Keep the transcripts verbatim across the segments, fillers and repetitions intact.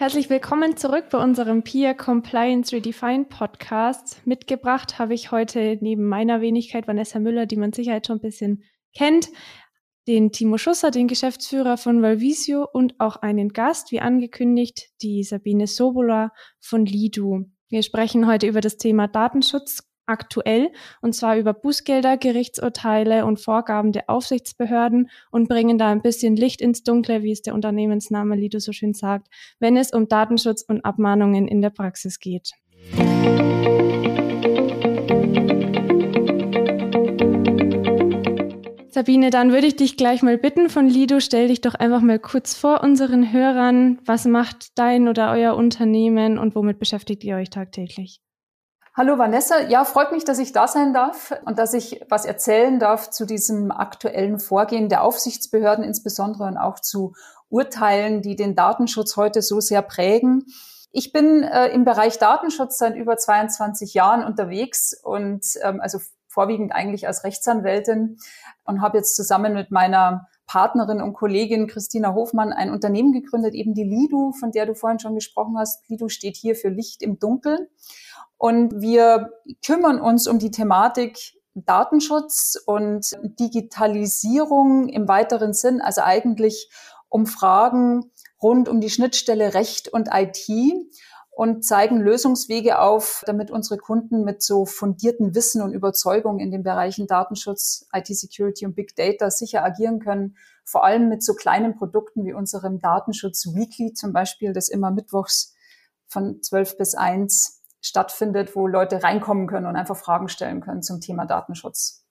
Herzlich willkommen zurück bei unserem Peer Compliance Redefined Podcast. Mitgebracht habe ich heute neben meiner Wenigkeit Vanessa Müller, die man sicher schon ein bisschen kennt, den Timo Schusser, den Geschäftsführer von Valvisio und auch einen Gast, wie angekündigt, die Sabine Sobola von Lidu. Wir sprechen heute über das Thema Datenschutz aktuell, und zwar über Bußgelder, Gerichtsurteile und Vorgaben der Aufsichtsbehörden und bringen da ein bisschen Licht ins Dunkle, wie es der Unternehmensname Lidu so schön sagt, wenn es um Datenschutz und Abmahnungen in der Praxis geht. Sabine, dann würde ich dich gleich mal bitten von Lidu, stell dich doch einfach mal kurz vor unseren Hörern. Was macht dein oder euer Unternehmen und womit beschäftigt ihr euch tagtäglich? Hallo Vanessa, ja, freut mich, dass ich da sein darf und dass ich was erzählen darf zu diesem aktuellen Vorgehen der Aufsichtsbehörden, insbesondere und auch zu Urteilen, die den Datenschutz heute so sehr prägen. Ich bin äh, im Bereich Datenschutz seit über zweiundzwanzig Jahren unterwegs und ähm, also vorwiegend eigentlich als Rechtsanwältin und habe jetzt zusammen mit meiner Partnerin und Kollegin Christina Hofmann ein Unternehmen gegründet, eben die Lidu, von der du vorhin schon gesprochen hast. Lidu steht hier für Licht im Dunkeln. Und wir kümmern uns um die Thematik Datenschutz und Digitalisierung im weiteren Sinn, also eigentlich um Fragen rund um die Schnittstelle Recht und I T und zeigen Lösungswege auf, damit unsere Kunden mit so fundierten Wissen und Überzeugung in den Bereichen Datenschutz, I T-Security und Big Data sicher agieren können, vor allem mit so kleinen Produkten wie unserem Datenschutz Weekly zum Beispiel, das immer mittwochs von zwölf bis eins stattfindet, wo Leute reinkommen können und einfach Fragen stellen können zum Thema Datenschutz.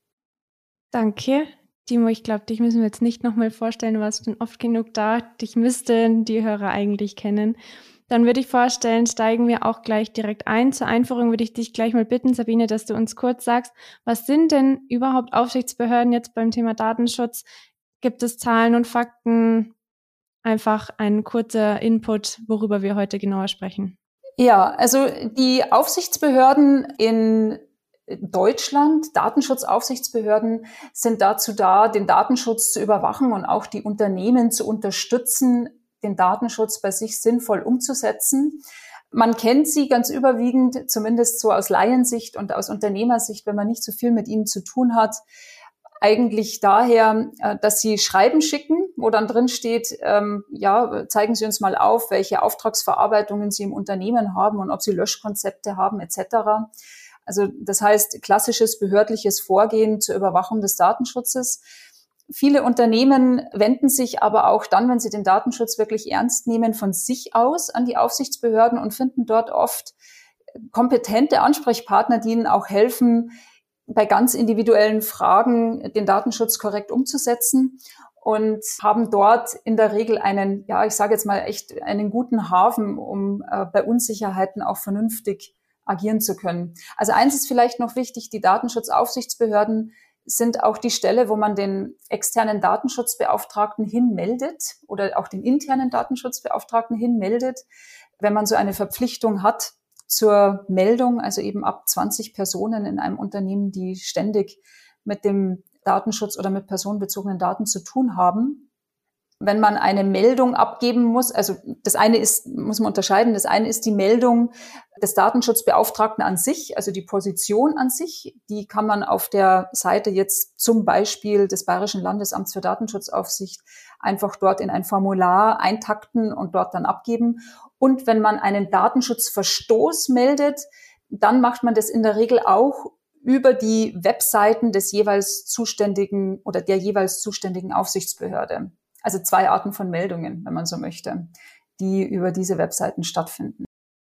Danke. Timo, ich glaube, dich müssen wir jetzt nicht nochmal vorstellen, du warst schon oft genug da. Dich müssten die Hörer eigentlich kennen. Dann würde ich vorstellen, steigen wir auch gleich direkt ein. Zur Einführung würde ich dich gleich mal bitten, Sabine, dass du uns kurz sagst, was sind denn überhaupt Aufsichtsbehörden jetzt beim Thema Datenschutz? Gibt es Zahlen und Fakten? Einfach ein kurzer Input, worüber wir heute genauer sprechen. Ja, also die Aufsichtsbehörden in Deutschland, Datenschutzaufsichtsbehörden, sind dazu da, den Datenschutz zu überwachen und auch die Unternehmen zu unterstützen, den Datenschutz bei sich sinnvoll umzusetzen. Man kennt sie ganz überwiegend, zumindest so aus Laiensicht und aus Unternehmersicht, wenn man nicht so viel mit ihnen zu tun hat, eigentlich daher, dass sie Schreiben schicken, wo dann drin steht, ähm, ja, zeigen Sie uns mal auf, welche Auftragsverarbeitungen Sie im Unternehmen haben und ob Sie Löschkonzepte haben et cetera. Also das heißt, klassisches behördliches Vorgehen zur Überwachung des Datenschutzes. Viele Unternehmen wenden sich aber auch dann, wenn sie den Datenschutz wirklich ernst nehmen, von sich aus an die Aufsichtsbehörden und finden dort oft kompetente Ansprechpartner, die ihnen auch helfen, bei ganz individuellen Fragen den Datenschutz korrekt umzusetzen und haben dort in der Regel einen, ja, ich sage jetzt mal echt einen guten Hafen, um äh, bei Unsicherheiten auch vernünftig agieren zu können. Also eins ist vielleicht noch wichtig, die Datenschutzaufsichtsbehörden sind auch die Stelle, wo man den externen Datenschutzbeauftragten hinmeldet oder auch den internen Datenschutzbeauftragten hinmeldet, wenn man so eine Verpflichtung hat zur Meldung, also eben ab zwanzig Personen in einem Unternehmen, die ständig mit dem Datenschutz oder mit personenbezogenen Daten zu tun haben. Wenn man eine Meldung abgeben muss, also das eine ist, muss man unterscheiden, das eine ist die Meldung des Datenschutzbeauftragten an sich, also die Position an sich, die kann man auf der Seite jetzt zum Beispiel des Bayerischen Landesamts für Datenschutzaufsicht einfach dort in ein Formular eintakten und dort dann abgeben. Und wenn man einen Datenschutzverstoß meldet, dann macht man das in der Regel auch über die Webseiten des jeweils zuständigen oder der jeweils zuständigen Aufsichtsbehörde. Also zwei Arten von Meldungen, wenn man so möchte, die über diese Webseiten stattfinden.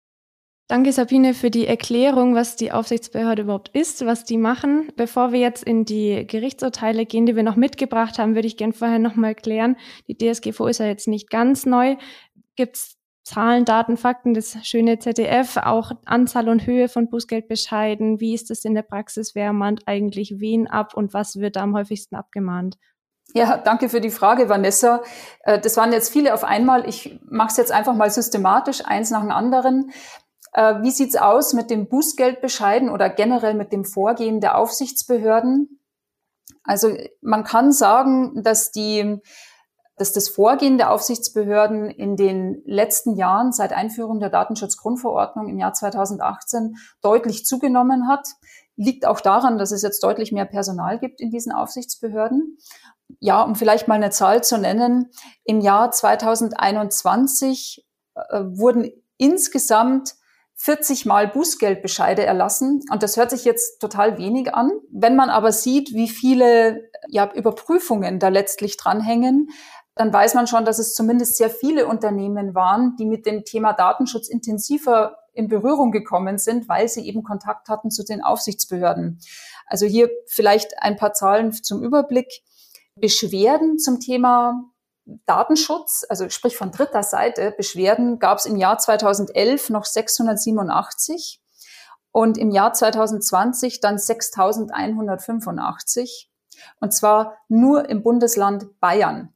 Danke, Sabine, für die Erklärung, was die Aufsichtsbehörde überhaupt ist, was die machen. Bevor wir jetzt in die Gerichtsurteile gehen, die wir noch mitgebracht haben, würde ich gerne vorher nochmal klären. Die D S G V ist ja jetzt nicht ganz neu. Gibt es Zahlen, Daten, Fakten, das schöne Z D F, auch Anzahl und Höhe von Bußgeldbescheiden? Wie ist es in der Praxis? Wer mahnt eigentlich wen ab und was wird da am häufigsten abgemahnt? Ja, danke für die Frage, Vanessa. Das waren jetzt viele auf einmal. Ich mache es jetzt einfach mal systematisch, eins nach dem anderen. Wie sieht's aus mit dem Bußgeldbescheiden oder generell mit dem Vorgehen der Aufsichtsbehörden? Also man kann sagen, dass die dass das Vorgehen der Aufsichtsbehörden in den letzten Jahren seit Einführung der Datenschutzgrundverordnung im Jahr zweitausendachtzehn deutlich zugenommen hat. Liegt auch daran, dass es jetzt deutlich mehr Personal gibt in diesen Aufsichtsbehörden. Ja, um vielleicht mal eine Zahl zu nennen, im Jahr zweitausendeinundzwanzig äh, wurden insgesamt vierzig Mal Bußgeldbescheide erlassen. Und das hört sich jetzt total wenig an. Wenn man aber sieht, wie viele ja, Überprüfungen da letztlich dranhängen, dann weiß man schon, dass es zumindest sehr viele Unternehmen waren, die mit dem Thema Datenschutz intensiver in Berührung gekommen sind, weil sie eben Kontakt hatten zu den Aufsichtsbehörden. Also hier vielleicht ein paar Zahlen zum Überblick. Beschwerden zum Thema Datenschutz, also sprich von dritter Seite, Beschwerden gab es im Jahr zweitausendelf noch sechshundertsiebenundachtzig und im Jahr zweitausendzwanzig dann sechstausendeinhundertfünfundachtzig, und zwar nur im Bundesland Bayern.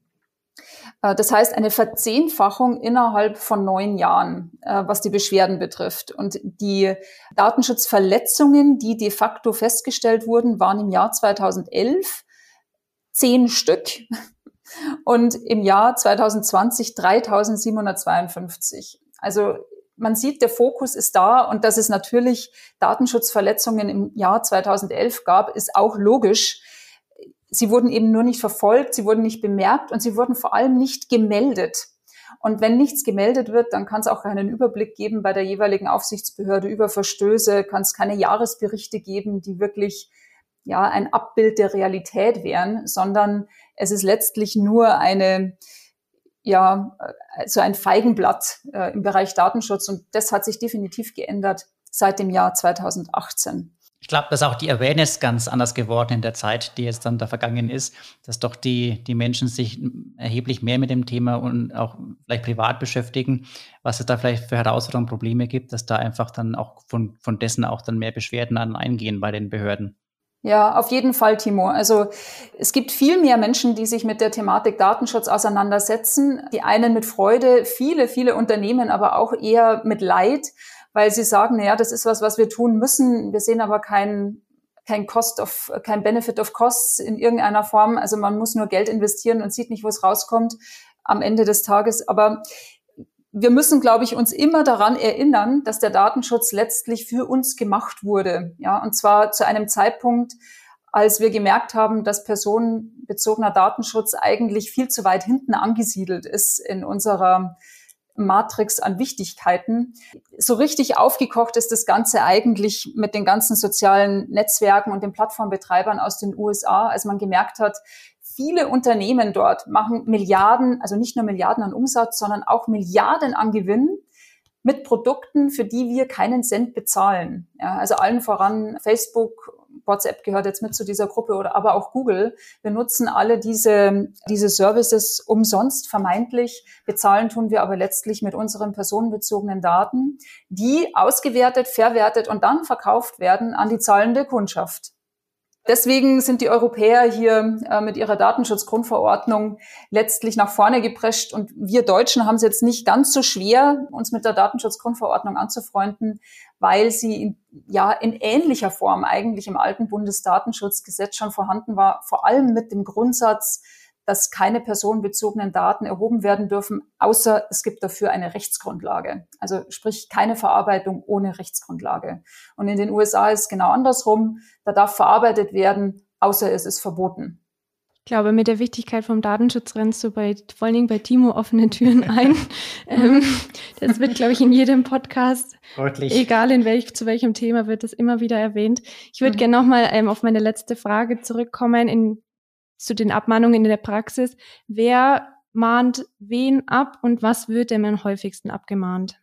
Das heißt, eine Verzehnfachung innerhalb von neun Jahren, was die Beschwerden betrifft. Und die Datenschutzverletzungen, die de facto festgestellt wurden, waren im Jahr zweitausendelf zehn Stück. Und im Jahr zweitausendzwanzig dreitausendsiebenhundertzweiundfünfzig. Also man sieht, der Fokus ist da, und dass es natürlich Datenschutzverletzungen im Jahr zweitausendelf gab, ist auch logisch. Sie wurden eben nur nicht verfolgt, sie wurden nicht bemerkt und sie wurden vor allem nicht gemeldet. Und wenn nichts gemeldet wird, dann kann es auch keinen Überblick geben bei der jeweiligen Aufsichtsbehörde über Verstöße, kann es keine Jahresberichte geben, die wirklich ja ein Abbild der Realität wären, sondern es ist letztlich nur eine, ja, so ein Feigenblatt äh, im Bereich Datenschutz, und das hat sich definitiv geändert seit dem Jahr zweitausendachtzehn. Ich glaube, dass auch die Awareness ganz anders geworden in der Zeit, die jetzt dann da vergangen ist, dass doch die, die Menschen sich erheblich mehr mit dem Thema und auch vielleicht privat beschäftigen, was es da vielleicht für Herausforderungen, Probleme gibt, dass da einfach dann auch von, von dessen auch dann mehr Beschwerden an eingehen bei den Behörden. Ja, auf jeden Fall, Timo. Also es gibt viel mehr Menschen, die sich mit der Thematik Datenschutz auseinandersetzen. Die einen mit Freude, viele, viele Unternehmen aber auch eher mit Leid, weil sie sagen, naja, das ist was, was wir tun müssen. Wir sehen aber kein, kein Cost of, kein Benefit of Costs in irgendeiner Form. Also man muss nur Geld investieren und sieht nicht, wo es rauskommt am Ende des Tages. Aber wir müssen, glaube ich, uns immer daran erinnern, dass der Datenschutz letztlich für uns gemacht wurde. Ja, und zwar zu einem Zeitpunkt, als wir gemerkt haben, dass personenbezogener Datenschutz eigentlich viel zu weit hinten angesiedelt ist in unserer Matrix an Wichtigkeiten. So richtig aufgekocht ist das Ganze eigentlich mit den ganzen sozialen Netzwerken und den Plattformbetreibern aus den U S A, als man gemerkt hat, viele Unternehmen dort machen Milliarden, also nicht nur Milliarden an Umsatz, sondern auch Milliarden an Gewinn mit Produkten, für die wir keinen Cent bezahlen. Ja, also allen voran Facebook, WhatsApp gehört jetzt mit zu dieser Gruppe, oder aber auch Google. Wir nutzen alle diese, diese Services umsonst, vermeintlich. Bezahlen tun wir aber letztlich mit unseren personenbezogenen Daten, die ausgewertet, verwertet und dann verkauft werden an die zahlende Kundschaft. Deswegen sind die Europäer hier äh, mit ihrer Datenschutzgrundverordnung letztlich nach vorne geprescht. Und wir Deutschen haben es jetzt nicht ganz so schwer, uns mit der Datenschutzgrundverordnung anzufreunden, weil sie in, ja in ähnlicher Form eigentlich im alten Bundesdatenschutzgesetz schon vorhanden war, vor allem mit dem Grundsatz, dass keine personenbezogenen Daten erhoben werden dürfen, außer es gibt dafür eine Rechtsgrundlage. Also sprich keine Verarbeitung ohne Rechtsgrundlage. Und in den U S A ist es genau andersrum. Da darf verarbeitet werden, außer es ist verboten. Ich glaube, mit der Wichtigkeit vom Datenschutz rennst du bei, vor allen Dingen bei Timo offene Türen ein. ähm, das wird, glaube ich, in jedem Podcast, deutlich. Egal in welch, zu welchem Thema, wird das immer wieder erwähnt. Ich würde mhm. gerne nochmal ähm, auf meine letzte Frage zurückkommen, in zu den Abmahnungen in der Praxis. Wer mahnt wen ab und was wird denn am häufigsten abgemahnt?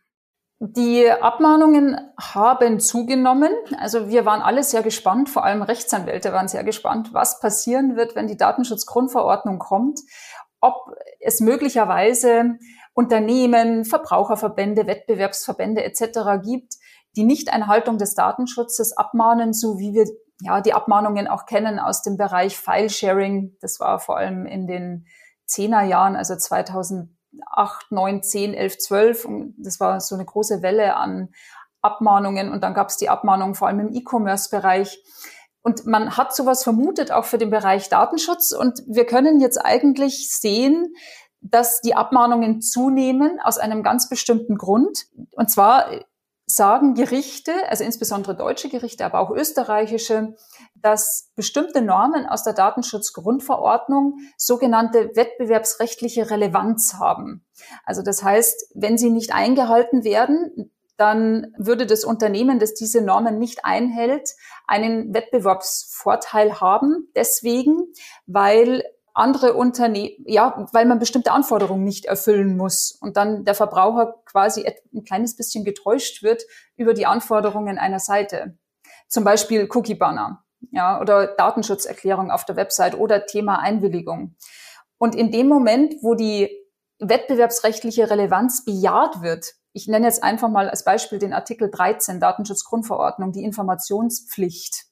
Die Abmahnungen haben zugenommen. Also wir waren alle sehr gespannt, vor allem Rechtsanwälte waren sehr gespannt, was passieren wird, wenn die Datenschutzgrundverordnung kommt, ob es möglicherweise Unternehmen, Verbraucherverbände, Wettbewerbsverbände et cetera gibt, die Nichteinhaltung des Datenschutzes abmahnen, so wie wir ja die Abmahnungen auch kennen aus dem Bereich File-Sharing. Das war vor allem in den Zehnerjahren, also zweitausendacht, neun, zehn, elf, zwölf. Und das war so eine große Welle an Abmahnungen. Und dann gab es die Abmahnungen vor allem im E-Commerce-Bereich. Und man hat sowas vermutet auch für den Bereich Datenschutz. Und wir können jetzt eigentlich sehen, dass die Abmahnungen zunehmen aus einem ganz bestimmten Grund. Und zwar sagen Gerichte, also insbesondere deutsche Gerichte, aber auch österreichische, dass bestimmte Normen aus der Datenschutzgrundverordnung sogenannte wettbewerbsrechtliche Relevanz haben. Also das heißt, wenn sie nicht eingehalten werden, dann würde das Unternehmen, das diese Normen nicht einhält, einen Wettbewerbsvorteil haben. Deswegen, weil andere Unternehmen, ja, weil man bestimmte Anforderungen nicht erfüllen muss und dann der Verbraucher quasi ein kleines bisschen getäuscht wird über die Anforderungen einer Seite. Zum Beispiel Cookie-Banner, ja, oder Datenschutzerklärung auf der Website oder Thema Einwilligung. Und in dem Moment, wo die wettbewerbsrechtliche Relevanz bejaht wird, ich nenne jetzt einfach mal als Beispiel den Artikel dreizehn Datenschutzgrundverordnung, die Informationspflicht.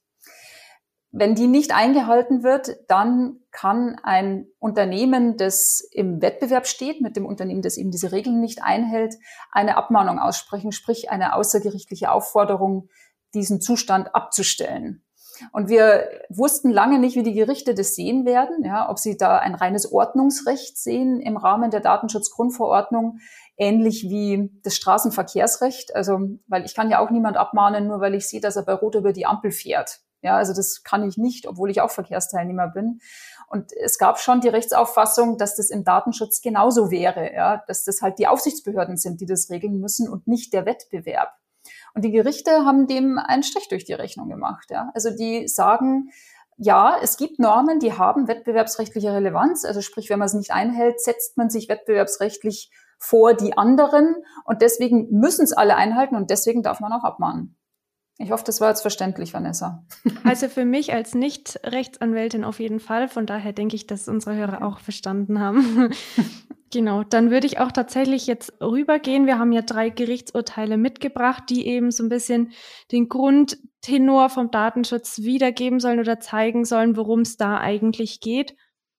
Wenn die nicht eingehalten wird, dann kann ein Unternehmen, das im Wettbewerb steht, mit dem Unternehmen, das eben diese Regeln nicht einhält, eine Abmahnung aussprechen, sprich eine außergerichtliche Aufforderung, diesen Zustand abzustellen. Und wir wussten lange nicht, wie die Gerichte das sehen werden, ja, ob sie da ein reines Ordnungsrecht sehen im Rahmen der Datenschutzgrundverordnung, ähnlich wie das Straßenverkehrsrecht. Also, weil ich kann ja auch niemand abmahnen, nur weil ich sehe, dass er bei Rot über die Ampel fährt. Ja, also das kann ich nicht, obwohl ich auch Verkehrsteilnehmer bin. Und es gab schon die Rechtsauffassung, dass das im Datenschutz genauso wäre, ja, dass das halt die Aufsichtsbehörden sind, die das regeln müssen und nicht der Wettbewerb. Und die Gerichte haben dem einen Strich durch die Rechnung gemacht, ja. Also die sagen, ja, es gibt Normen, die haben wettbewerbsrechtliche Relevanz. Also sprich, wenn man es nicht einhält, setzt man sich wettbewerbsrechtlich vor die anderen und deswegen müssen es alle einhalten und deswegen darf man auch abmahnen. Ich hoffe, das war jetzt verständlich, Vanessa. Also für mich als Nicht-Rechtsanwältin auf jeden Fall. Von daher denke ich, dass unsere Hörer auch verstanden haben. Genau, dann würde ich auch tatsächlich jetzt rübergehen. Wir haben ja drei Gerichtsurteile mitgebracht, die eben so ein bisschen den Grundtenor vom Datenschutz wiedergeben sollen oder zeigen sollen, worum es da eigentlich geht.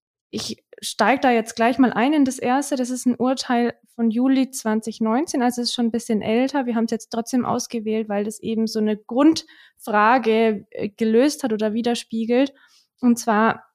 Ich steige da jetzt gleich mal ein in das erste. Das ist ein Urteil von Juli zwanzig neunzehn, also es ist schon ein bisschen älter. Wir haben es jetzt trotzdem ausgewählt, weil das eben so eine Grundfrage gelöst hat oder widerspiegelt. Und zwar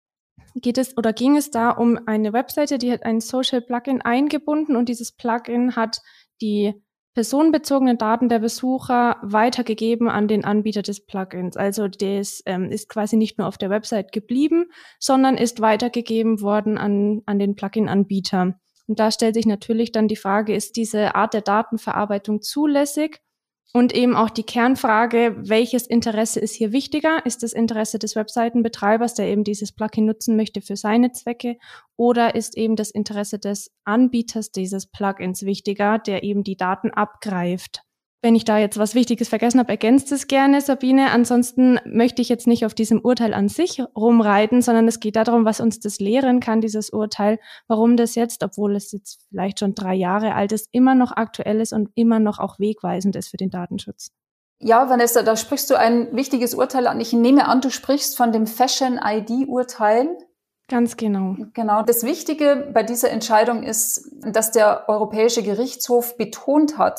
geht es oder ging es da um eine Webseite, die hat ein Social Plugin eingebunden und dieses Plugin hat die personenbezogenen Daten der Besucher weitergegeben an den Anbieter des Plugins. Also das ähm, ist quasi nicht nur auf der Website geblieben, sondern ist weitergegeben worden an, an den Plugin-Anbieter. Und da stellt sich natürlich dann die Frage, ist diese Art der Datenverarbeitung zulässig? Und eben auch die Kernfrage, welches Interesse ist hier wichtiger? Ist das Interesse des Webseitenbetreibers, der eben dieses Plugin nutzen möchte für seine Zwecke? Oder ist eben das Interesse des Anbieters dieses Plugins wichtiger, der eben die Daten abgreift? Wenn ich da jetzt was Wichtiges vergessen habe, ergänzt es gerne, Sabine. Ansonsten möchte ich jetzt nicht auf diesem Urteil an sich rumreiten, sondern es geht darum, was uns das lehren kann, dieses Urteil, warum das jetzt, obwohl es jetzt vielleicht schon drei Jahre alt ist, immer noch aktuell ist und immer noch auch wegweisend ist für den Datenschutz. Ja, Vanessa, da sprichst du ein wichtiges Urteil an. Ich nehme an, du sprichst von dem Fashion-I D-Urteil. Ganz genau. Genau. Das Wichtige bei dieser Entscheidung ist, dass der Europäische Gerichtshof betont hat,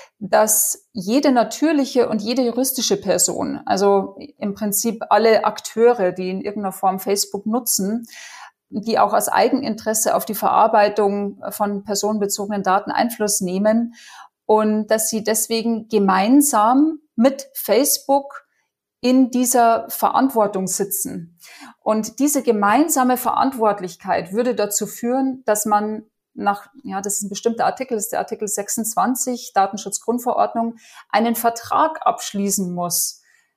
dass jede natürliche und jede juristische Person, also im Prinzip alle Akteure, die in irgendeiner Form Facebook nutzen, die auch aus Eigeninteresse auf die Verarbeitung von personenbezogenen Daten Einfluss nehmen und dass sie deswegen gemeinsam mit Facebook in dieser Verantwortung sitzen. Und diese gemeinsame Verantwortlichkeit würde dazu führen, dass man nach, ja, das ist ein bestimmter Artikel, das ist der Artikel sechsundzwanzig Datenschutzgrundverordnung, einen Vertrag abschließen muss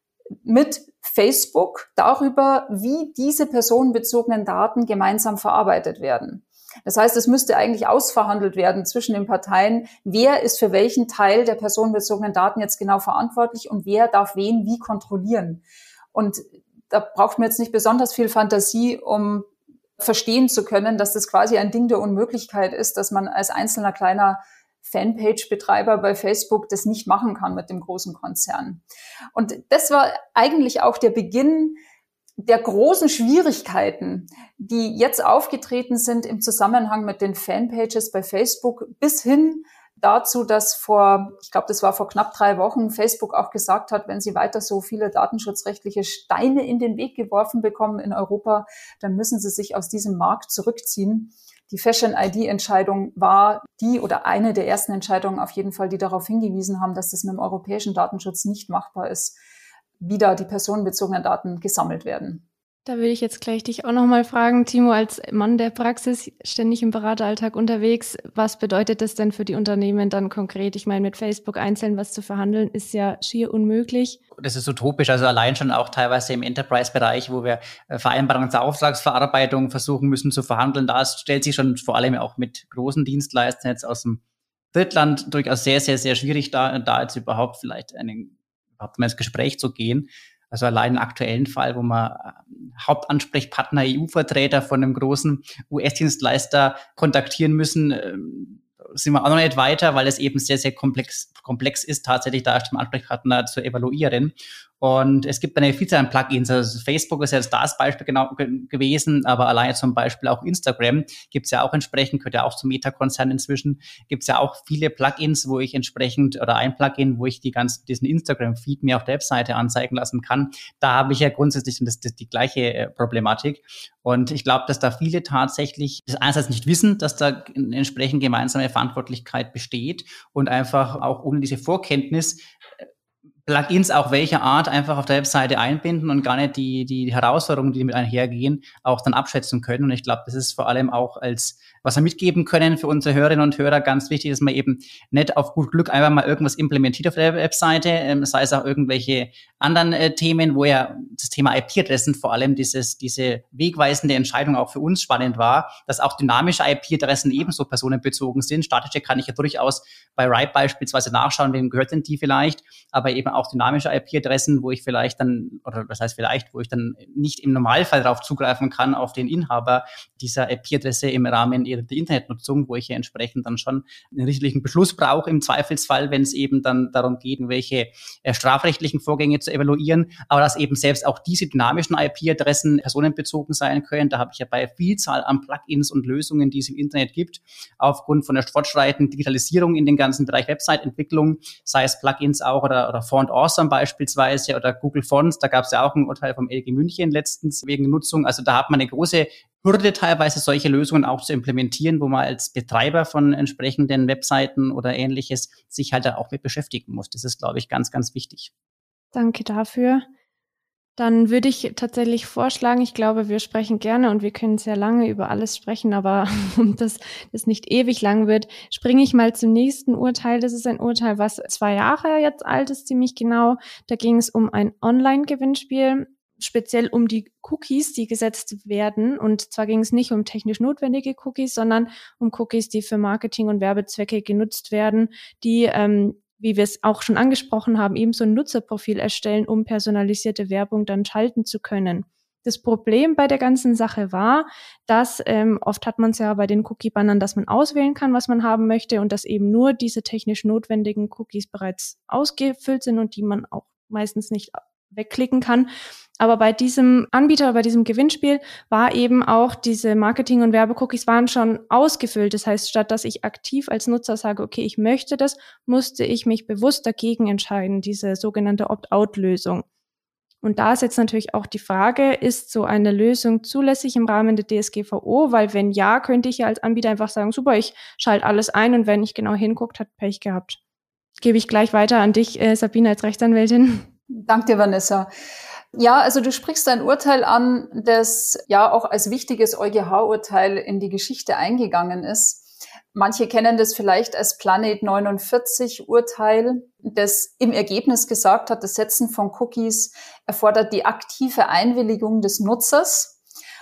mit Facebook darüber, wie diese personenbezogenen Daten gemeinsam verarbeitet werden. Das heißt, es müsste eigentlich ausverhandelt werden zwischen den Parteien, wer ist für welchen Teil der personenbezogenen Daten jetzt genau verantwortlich und wer darf wen wie kontrollieren. Und da braucht man jetzt nicht besonders viel Fantasie, um verstehen zu können, dass das quasi ein Ding der Unmöglichkeit ist, dass man als einzelner kleiner Fanpage-Betreiber bei Facebook das nicht machen kann mit dem großen Konzern. Und das war eigentlich auch der Beginn der großen Schwierigkeiten, die jetzt aufgetreten sind im Zusammenhang mit den Fanpages bei Facebook bis hin dazu, dass vor, ich glaube, das war vor knapp drei Wochen, Facebook auch gesagt hat, wenn sie weiter so viele datenschutzrechtliche Steine in den Weg geworfen bekommen in Europa, dann müssen sie sich aus diesem Markt zurückziehen. Die Fashion-I D-Entscheidung war die oder eine der ersten Entscheidungen auf jeden Fall, die darauf hingewiesen haben, dass das mit dem europäischen Datenschutz nicht machbar ist, wie da die personenbezogenen Daten gesammelt werden. Da will ich jetzt gleich dich auch nochmal fragen, Timo, als Mann der Praxis, ständig im Berateralltag unterwegs, was bedeutet das denn für die Unternehmen dann konkret? Ich meine, mit Facebook einzeln was zu verhandeln, ist ja schier unmöglich. Das ist utopisch, also allein schon auch teilweise im Enterprise-Bereich, wo wir Vereinbarungen zur Auftragsverarbeitung versuchen müssen zu verhandeln. Da stellt sich schon vor allem auch mit großen Dienstleistern jetzt aus dem Drittland durchaus sehr, sehr, sehr schwierig, da, da jetzt überhaupt vielleicht einen, überhaupt mal ins Gespräch zu gehen. Also allein im aktuellen Fall, wo man Hauptansprechpartner, E U-Vertreter von einem großen U S-Dienstleister kontaktieren müssen, sind wir auch noch nicht weiter, weil es eben sehr, sehr komplex, komplex ist, tatsächlich da als Ansprechpartner zu evaluieren. Und es gibt eine Vielzahl an Plugins. Also Facebook ist ja das Beispiel genau ge- gewesen, aber alleine zum Beispiel auch Instagram gibt es ja auch entsprechend, gehört ja auch zum Meta-Konzern inzwischen, gibt es ja auch viele Plugins, wo ich entsprechend, oder ein Plugin, wo ich die ganzen, diesen Instagram-Feed mir auf der Webseite anzeigen lassen kann. Da habe ich ja grundsätzlich das, das, die gleiche äh, Problematik. Und ich glaube, dass da viele tatsächlich das einerseits nicht wissen, dass da eine entsprechend gemeinsame Verantwortlichkeit besteht und einfach auch ohne diese Vorkenntnis Plugins auch welcher Art einfach auf der Webseite einbinden und gar nicht die, die Herausforderungen, die damit einhergehen, auch dann abschätzen können. Und ich glaube, das ist vor allem auch als, was wir mitgeben können für unsere Hörerinnen und Hörer, ganz wichtig, dass man eben nicht auf gut Glück einfach mal irgendwas implementiert auf der Webseite, ähm, sei es auch irgendwelche anderen äh, Themen, wo ja das Thema I P-Adressen vor allem dieses, diese wegweisende Entscheidung auch für uns spannend war, dass auch dynamische I P-Adressen ebenso personenbezogen sind. Statische kann ich ja durchaus bei Ripe beispielsweise nachschauen, wem gehört denn die vielleicht, aber eben auch dynamische I P-Adressen, wo ich vielleicht dann, oder was heißt vielleicht, wo ich dann nicht im Normalfall darauf zugreifen kann, auf den Inhaber dieser I P-Adresse im Rahmen ihrer Internetnutzung, wo ich ja entsprechend dann schon einen richterlichen Beschluss brauche im Zweifelsfall, wenn es eben dann darum geht, welche äh, strafrechtlichen Vorgänge zu evaluieren, aber dass eben selbst auch diese dynamischen I P-Adressen personenbezogen sein können. Da habe ich ja bei Vielzahl an Plugins und Lösungen, die es im Internet gibt, aufgrund von der fortschreitenden Digitalisierung in den ganzen Bereich Website-Entwicklung, sei es Plugins auch oder, oder Font Awesome beispielsweise oder Google Fonts, da gab es ja auch ein Urteil vom L G München letztens wegen Nutzung. Also da hat man eine große Hürde teilweise, solche Lösungen auch zu implementieren, wo man als Betreiber von entsprechenden Webseiten oder Ähnliches sich halt da auch mit beschäftigen muss. Das ist, glaube ich, ganz, ganz wichtig. Danke dafür. Dann würde ich tatsächlich vorschlagen, ich glaube, wir sprechen gerne und wir können sehr lange über alles sprechen, aber um das, das nicht ewig lang wird, springe ich mal zum nächsten Urteil. Das ist ein Urteil, was zwei Jahre jetzt alt ist, ziemlich genau. Da ging es um ein Online-Gewinnspiel, speziell um die Cookies, die gesetzt werden. Und zwar ging es nicht um technisch notwendige Cookies, sondern um Cookies, die für Marketing- und Werbezwecke genutzt werden, die ähm, wie wir es auch schon angesprochen haben, eben so ein Nutzerprofil erstellen, um personalisierte Werbung dann schalten zu können. Das Problem bei der ganzen Sache war, dass ähm, oft hat man es ja bei den Cookie-Bannern, dass man auswählen kann, was man haben möchte und dass eben nur diese technisch notwendigen Cookies bereits ausgefüllt sind und die man auch meistens nicht wegklicken kann. Aber bei diesem Anbieter, bei diesem Gewinnspiel war eben auch diese Marketing- und Werbecookies waren schon ausgefüllt. Das heißt, statt dass ich aktiv als Nutzer sage, okay, ich möchte das, musste ich mich bewusst dagegen entscheiden, diese sogenannte Opt-out-Lösung. Und da ist jetzt natürlich auch die Frage, ist so eine Lösung zulässig im Rahmen der D S G V O? Weil wenn ja, könnte ich ja als Anbieter einfach sagen, super, ich schalte alles ein und wer nicht genau hinguckt, hat Pech gehabt. Gebe ich gleich weiter an dich, äh, Sabine, als Rechtsanwältin. Danke dir, Vanessa. Ja, also du sprichst ein Urteil an, das ja auch als wichtiges EuGH-Urteil in die Geschichte eingegangen ist. Manche kennen das vielleicht als Planet neunundvierzig Urteil, das im Ergebnis gesagt hat, das Setzen von Cookies erfordert die aktive Einwilligung des Nutzers.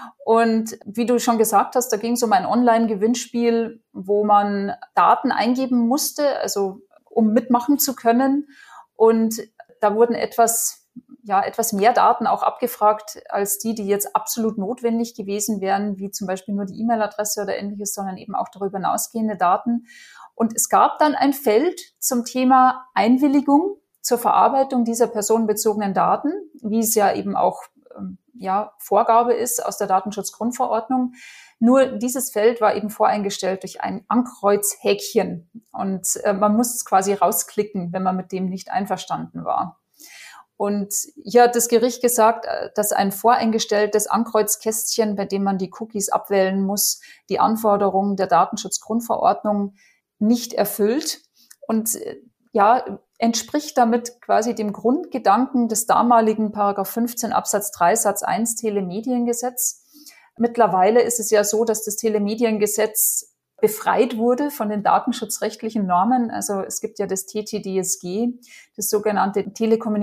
Und wie du schon gesagt hast, da ging es um ein Online-Gewinnspiel, wo man Daten eingeben musste, also um mitmachen zu können. Und da wurden etwas ja, etwas mehr Daten auch abgefragt als die, die jetzt absolut notwendig gewesen wären, wie zum Beispiel nur die E-Mail-Adresse oder Ähnliches, sondern eben auch darüber hinausgehende Daten. Und es gab dann ein Feld zum Thema Einwilligung zur Verarbeitung dieser personenbezogenen Daten, wie es ja eben auch ähm, ja, Vorgabe ist aus der Datenschutzgrundverordnung. Nur dieses Feld war eben voreingestellt durch ein Ankreuzhäkchen und äh, man muss es quasi rausklicken, wenn man mit dem nicht einverstanden war. Und hier hat das Gericht gesagt, dass ein voreingestelltes Ankreuzkästchen, bei dem man die Cookies abwählen muss, die Anforderungen der Datenschutzgrundverordnung nicht erfüllt und ja, entspricht damit quasi dem Grundgedanken des damaligen Paragraph fünfzehn Absatz drei Satz eins Telemediengesetz. Mittlerweile ist es ja so, dass das Telemediengesetz befreit wurde von den datenschutzrechtlichen Normen. Also es gibt ja das T T D S G, das sogenannte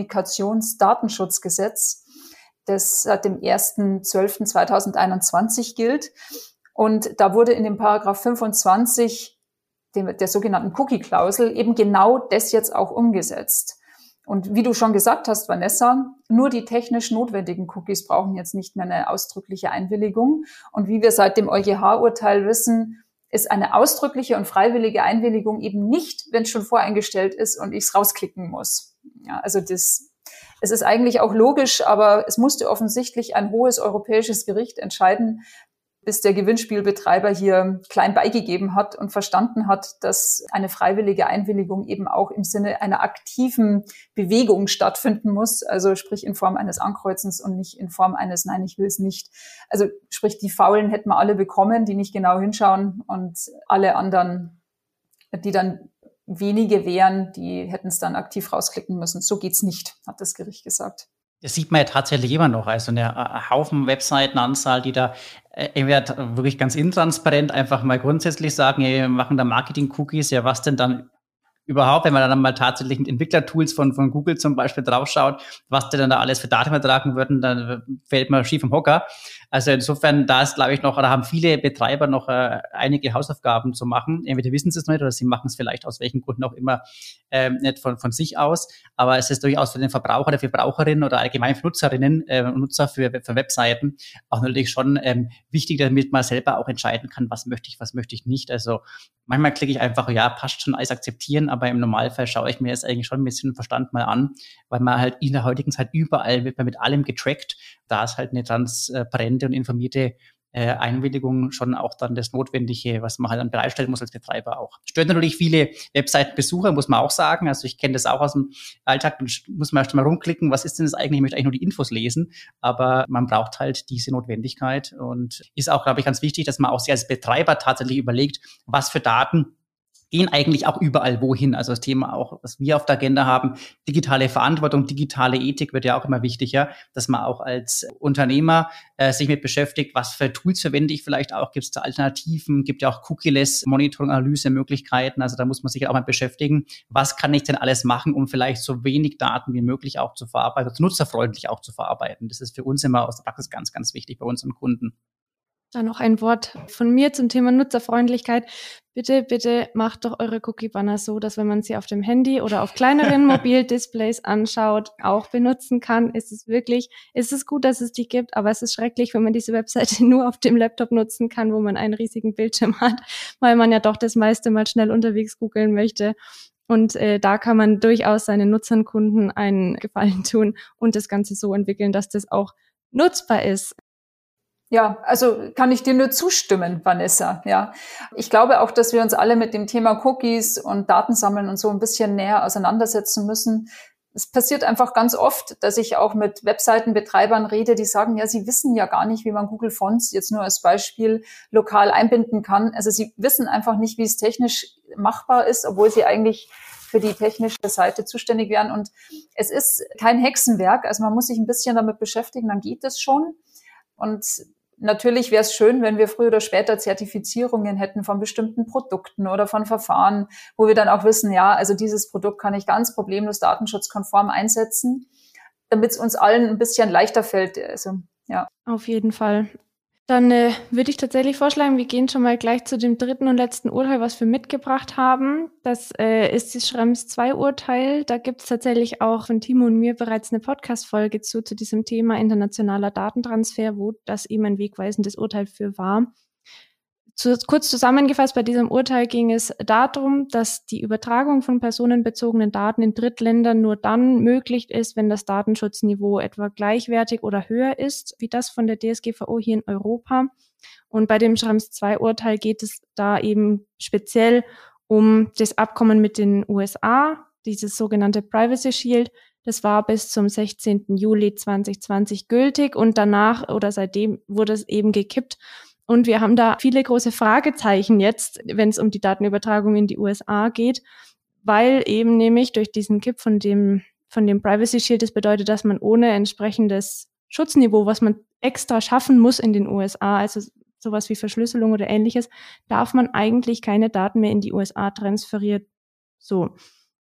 Telekommunikationsdatenschutzgesetz, das seit dem ersten zwölften zweitausendeinundzwanzig gilt. Und da wurde in dem Paragraph fünfundzwanzig dem, der sogenannten Cookie-Klausel eben genau das jetzt auch umgesetzt. Und wie du schon gesagt hast, Vanessa, nur die technisch notwendigen Cookies brauchen jetzt nicht mehr eine ausdrückliche Einwilligung. Und wie wir seit dem EuGH-Urteil wissen, ist eine ausdrückliche und freiwillige Einwilligung eben nicht, wenn es schon voreingestellt ist und ich es rausklicken muss. Ja, also das, es ist eigentlich auch logisch, aber es musste offensichtlich ein hohes europäisches Gericht entscheiden, bis der Gewinnspielbetreiber hier klein beigegeben hat und verstanden hat, dass eine freiwillige Einwilligung eben auch im Sinne einer aktiven Bewegung stattfinden muss, also sprich in Form eines Ankreuzens und nicht in Form eines Nein, ich will es nicht. Also sprich, die Faulen hätten wir alle bekommen, die nicht genau hinschauen und alle anderen, die dann wenige wären, die hätten es dann aktiv rausklicken müssen. So geht's nicht, hat das Gericht gesagt. Das sieht man ja tatsächlich immer noch. Also eine Haufen Webseitenanzahl, die da äh, entweder wirklich ganz intransparent einfach mal grundsätzlich sagen, hey, wir machen da Marketing-Cookies, ja was denn dann überhaupt, wenn man dann mal tatsächlich mit Entwicklertools von, von Google zum Beispiel draufschaut, was die dann da alles für Daten übertragen würden, dann fällt man schief im Hocker. Also insofern, da ist, glaube ich, noch, oder haben viele Betreiber noch äh, einige Hausaufgaben zu machen. Entweder wissen sie es noch nicht oder sie machen es vielleicht aus welchen Gründen auch immer ähm, nicht von, von sich aus. Aber es ist durchaus für den Verbraucher oder für Verbraucherinnen oder allgemein für Nutzerinnen äh, und Nutzer für, für Webseiten auch natürlich schon ähm, wichtig, damit man selber auch entscheiden kann, was möchte ich, was möchte ich nicht. Also manchmal klicke ich einfach, ja, passt schon, alles akzeptieren, aber im Normalfall schaue ich mir das eigentlich schon ein bisschen Verstand mal an, weil man halt in der heutigen Zeit überall wird man mit allem getrackt. Da ist halt eine transparente und informierte äh, Einwilligung schon auch dann das Notwendige, was man halt dann bereitstellen muss als Betreiber auch. Stört natürlich viele Webseitenbesucher, muss man auch sagen. Also ich kenne das auch aus dem Alltag, dann muss man erst mal rumklicken, was ist denn das eigentlich? Ich möchte eigentlich nur die Infos lesen, aber man braucht halt diese Notwendigkeit und ist auch, glaube ich, ganz wichtig, dass man auch sich als Betreiber tatsächlich überlegt, was für Daten gehen eigentlich auch überall wohin. Also das Thema auch, was wir auf der Agenda haben, digitale Verantwortung, digitale Ethik wird ja auch immer wichtiger, dass man auch als Unternehmer äh, sich mit beschäftigt, was für Tools verwende ich vielleicht auch, gibt es da Alternativen, gibt ja auch Cookie-less Monitoring, Analyse-Möglichkeiten, also da muss man sich auch mal beschäftigen, was kann ich denn alles machen, um vielleicht so wenig Daten wie möglich auch zu verarbeiten, also nutzerfreundlich auch zu verarbeiten. Das ist für uns immer aus der Praxis ganz, ganz wichtig bei unseren Kunden. Dann noch ein Wort von mir zum Thema Nutzerfreundlichkeit. Bitte, bitte macht doch eure Cookie-Banner so, dass wenn man sie auf dem Handy oder auf kleineren Mobildisplays anschaut, auch benutzen kann. Ist es wirklich, ist es gut, dass es die gibt, aber es ist schrecklich, wenn man diese Webseite nur auf dem Laptop nutzen kann, wo man einen riesigen Bildschirm hat, weil man ja doch das meiste mal schnell unterwegs googeln möchte. Und äh, da kann man durchaus seinen Nutzern, Kunden einen Gefallen tun und das Ganze so entwickeln, dass das auch nutzbar ist. Ja, also kann ich dir nur zustimmen, Vanessa. Ja, ich glaube auch, dass wir uns alle mit dem Thema Cookies und Datensammeln und so ein bisschen näher auseinandersetzen müssen. Es passiert einfach ganz oft, dass ich auch mit Webseitenbetreibern rede, die sagen, ja, sie wissen ja gar nicht, wie man Google Fonts jetzt nur als Beispiel lokal einbinden kann. Also sie wissen einfach nicht, wie es technisch machbar ist, obwohl sie eigentlich für die technische Seite zuständig wären. Und es ist kein Hexenwerk. Also man muss sich ein bisschen damit beschäftigen, dann geht es schon. Und natürlich wäre es schön, wenn wir früher oder später Zertifizierungen hätten von bestimmten Produkten oder von Verfahren, wo wir dann auch wissen, ja, also dieses Produkt kann ich ganz problemlos datenschutzkonform einsetzen, damit es uns allen ein bisschen leichter fällt. Also, ja. Auf jeden Fall. Dann äh, würde ich tatsächlich vorschlagen, wir gehen schon mal gleich zu dem dritten und letzten Urteil, was wir mitgebracht haben. Das äh, ist das Schrems zwei Urteil. Da gibt es tatsächlich auch von Timo und mir bereits eine Podcast-Folge zu, zu diesem Thema internationaler Datentransfer, wo das eben ein wegweisendes Urteil für war. Zu, kurz zusammengefasst, bei diesem Urteil ging es darum, dass die Übertragung von personenbezogenen Daten in Drittländern nur dann möglich ist, wenn das Datenschutzniveau etwa gleichwertig oder höher ist, wie das von der D S G V O hier in Europa. Und bei dem Schrems zwei Urteil geht es da eben speziell um das Abkommen mit den U S A, dieses sogenannte Privacy Shield. Das war bis zum sechzehnten Juli zweitausendzwanzig gültig und danach oder seitdem wurde es eben gekippt. Und wir haben da viele große Fragezeichen jetzt, wenn es um die Datenübertragung in die U S A geht, weil eben nämlich durch diesen Kipp von dem, von dem Privacy Shield, das bedeutet, dass man ohne entsprechendes Schutzniveau, was man extra schaffen muss in den U S A, also sowas wie Verschlüsselung oder Ähnliches, darf man eigentlich keine Daten mehr in die U S A transferieren. So.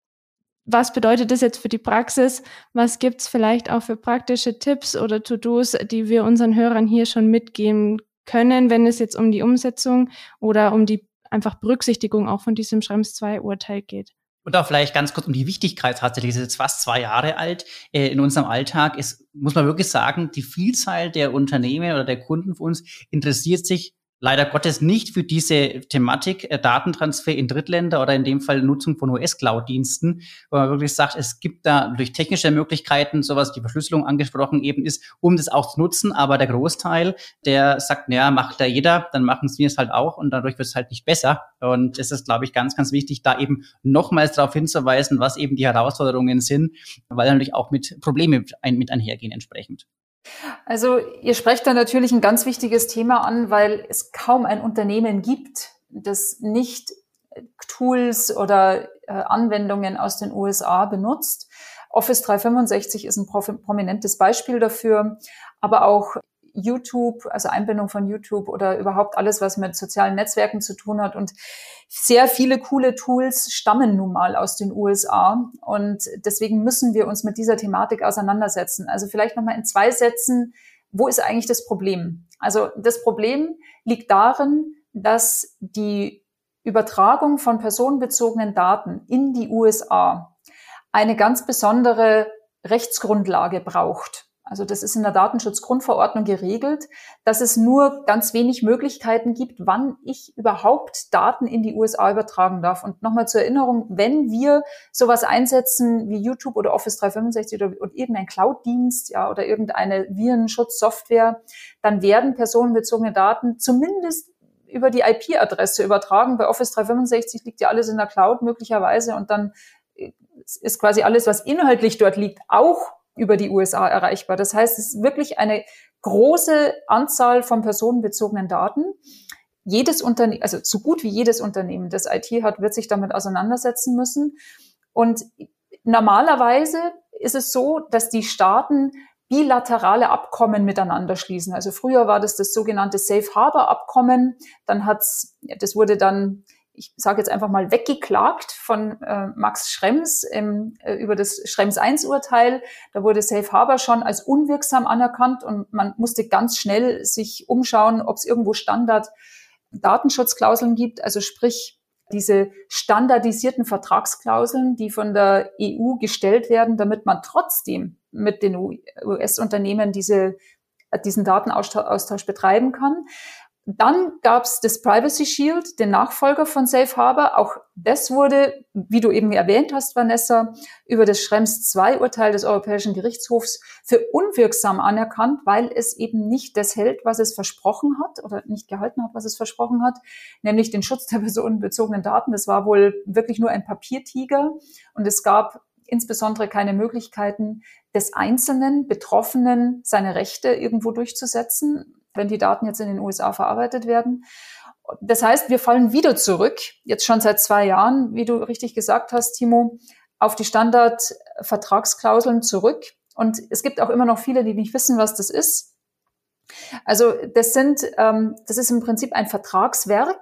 Was bedeutet das jetzt für die Praxis? Was gibt's vielleicht auch für praktische Tipps oder To-Dos, die wir unseren Hörern hier schon mitgeben können, wenn es jetzt um die Umsetzung oder um die einfach Berücksichtigung auch von diesem Schrems zwei Urteil geht? Und auch vielleicht ganz kurz um die Wichtigkeit tatsächlich. Es ist jetzt fast zwei Jahre alt. Äh, in unserem Alltag ist, muss man wirklich sagen, die Vielzahl der Unternehmen oder der Kunden von uns interessiert sich leider Gottes nicht für diese Thematik äh, Datentransfer in Drittländer oder in dem Fall Nutzung von U S-Cloud-Diensten, wo man wirklich sagt, es gibt da durch technische Möglichkeiten, sowas die Verschlüsselung angesprochen eben ist, um das auch zu nutzen. Aber der Großteil, der sagt, naja, macht da jeder, dann machen wir es halt auch und dadurch wird es halt nicht besser. Und es ist, glaube ich, ganz, ganz wichtig, da eben nochmals darauf hinzuweisen, was eben die Herausforderungen sind, weil natürlich auch mit Problemen mit, ein, mit einhergehen entsprechend. Also ihr sprecht da natürlich ein ganz wichtiges Thema an, weil es kaum ein Unternehmen gibt, das nicht Tools oder äh, Anwendungen aus den U S A benutzt. Office dreihundertfünfundsechzig ist ein prominentes Beispiel dafür, aber auch YouTube, also Einbindung von YouTube oder überhaupt alles, was mit sozialen Netzwerken zu tun hat. Und sehr viele coole Tools stammen nun mal aus den U S A. Und deswegen müssen wir uns mit dieser Thematik auseinandersetzen. Also vielleicht nochmal in zwei Sätzen, wo ist eigentlich das Problem? Also das Problem liegt darin, dass die Übertragung von personenbezogenen Daten in die U S A eine ganz besondere Rechtsgrundlage braucht. Also das ist in der Datenschutzgrundverordnung geregelt, dass es nur ganz wenig Möglichkeiten gibt, wann ich überhaupt Daten in die U S A übertragen darf. Und nochmal zur Erinnerung, wenn wir sowas einsetzen wie YouTube oder Office dreihundertfünfundsechzig oder, oder irgendein Cloud-Dienst, ja, oder irgendeine Virenschutzsoftware, dann werden personenbezogene Daten zumindest über die I P-Adresse übertragen. Bei Office dreihundertfünfundsechzig liegt ja alles in der Cloud möglicherweise und dann ist quasi alles, was inhaltlich dort liegt, auch über die U S A erreichbar. Das heißt, es ist wirklich eine große Anzahl von personenbezogenen Daten. Jedes Unternehmen, also so gut wie jedes Unternehmen, das I T hat, wird sich damit auseinandersetzen müssen. Und normalerweise ist es so, dass die Staaten bilaterale Abkommen miteinander schließen. Also früher war das das sogenannte Safe Harbor Abkommen. Dann hat's, das wurde dann, ich sage jetzt einfach mal, weggeklagt von äh, Max Schrems ähm, äh, über das Schrems eins Urteil. Da wurde Safe Harbor schon als unwirksam anerkannt und man musste ganz schnell sich umschauen, ob es irgendwo Standard-Datenschutzklauseln gibt, also sprich diese standardisierten Vertragsklauseln, die von der E U gestellt werden, damit man trotzdem mit den U S-Unternehmen diese, diesen Datenaustausch betreiben kann. Dann gab es das Privacy Shield, den Nachfolger von Safe Harbor. Auch das wurde, wie du eben erwähnt hast, Vanessa, über das Schrems zwei Urteil des Europäischen Gerichtshofs für unwirksam anerkannt, weil es eben nicht das hält, was es versprochen hat oder nicht gehalten hat, was es versprochen hat, nämlich den Schutz der personenbezogenen Daten. Das war wohl wirklich nur ein Papiertiger und es gab insbesondere keine Möglichkeiten des einzelnen Betroffenen, seine Rechte irgendwo durchzusetzen, wenn die Daten jetzt in den U S A verarbeitet werden. Das heißt, wir fallen wieder zurück, jetzt schon seit zwei Jahren, wie du richtig gesagt hast, Timo, auf die Standardvertragsklauseln zurück. Und es gibt auch immer noch viele, die nicht wissen, was das ist. Also das sind, ähm, das ist im Prinzip ein Vertragswerk,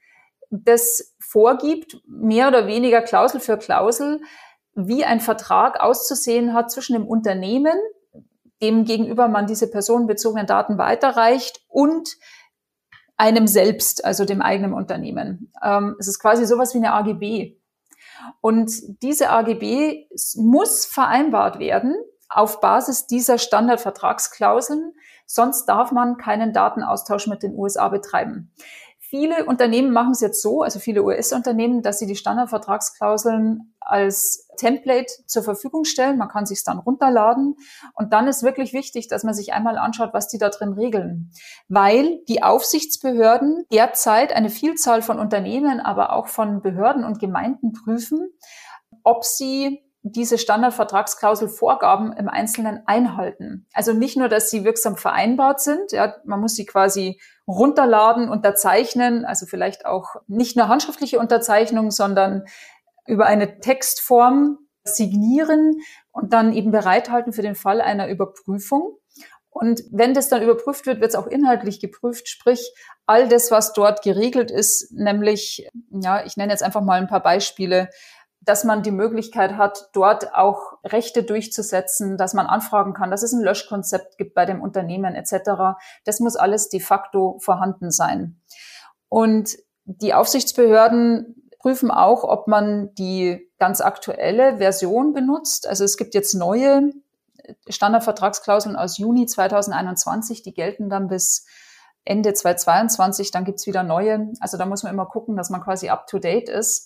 das vorgibt, mehr oder weniger Klausel für Klausel, wie ein Vertrag auszusehen hat zwischen dem Unternehmen, dem gegenüber man diese personenbezogenen Daten weiterreicht, und einem selbst, also dem eigenen Unternehmen. Ähm, es ist quasi sowas wie eine A G B. Und diese A G B muss vereinbart werden auf Basis dieser Standardvertragsklauseln, sonst darf man keinen Datenaustausch mit den U S A betreiben. Viele Unternehmen machen es jetzt so, also viele U S-Unternehmen, dass sie die Standardvertragsklauseln als Template zur Verfügung stellen. Man kann sich dann runterladen. Und dann ist wirklich wichtig, dass man sich einmal anschaut, was die da drin regeln. Weil die Aufsichtsbehörden derzeit eine Vielzahl von Unternehmen, aber auch von Behörden und Gemeinden prüfen, ob sie diese Standardvertragsklausel-Vorgaben im Einzelnen einhalten. Also nicht nur, dass sie wirksam vereinbart sind, ja, man muss sie quasi runterladen, unterzeichnen, also vielleicht auch nicht nur handschriftliche Unterzeichnung, sondern über eine Textform signieren und dann eben bereithalten für den Fall einer Überprüfung. Und wenn das dann überprüft wird, wird es auch inhaltlich geprüft, sprich all das, was dort geregelt ist, nämlich, ja, ich nenne jetzt einfach mal ein paar Beispiele, dass man die Möglichkeit hat, dort auch Rechte durchzusetzen, dass man anfragen kann, dass es ein Löschkonzept gibt bei dem Unternehmen et cetera. Das muss alles de facto vorhanden sein. Und die Aufsichtsbehörden prüfen auch, ob man die ganz aktuelle Version benutzt. Also es gibt jetzt neue Standardvertragsklauseln aus Juni zweitausendeinundzwanzig, die gelten dann bis Ende zweitausendzweiundzwanzig. Dann gibt's wieder neue. Also da muss man immer gucken, dass man quasi up-to-date ist.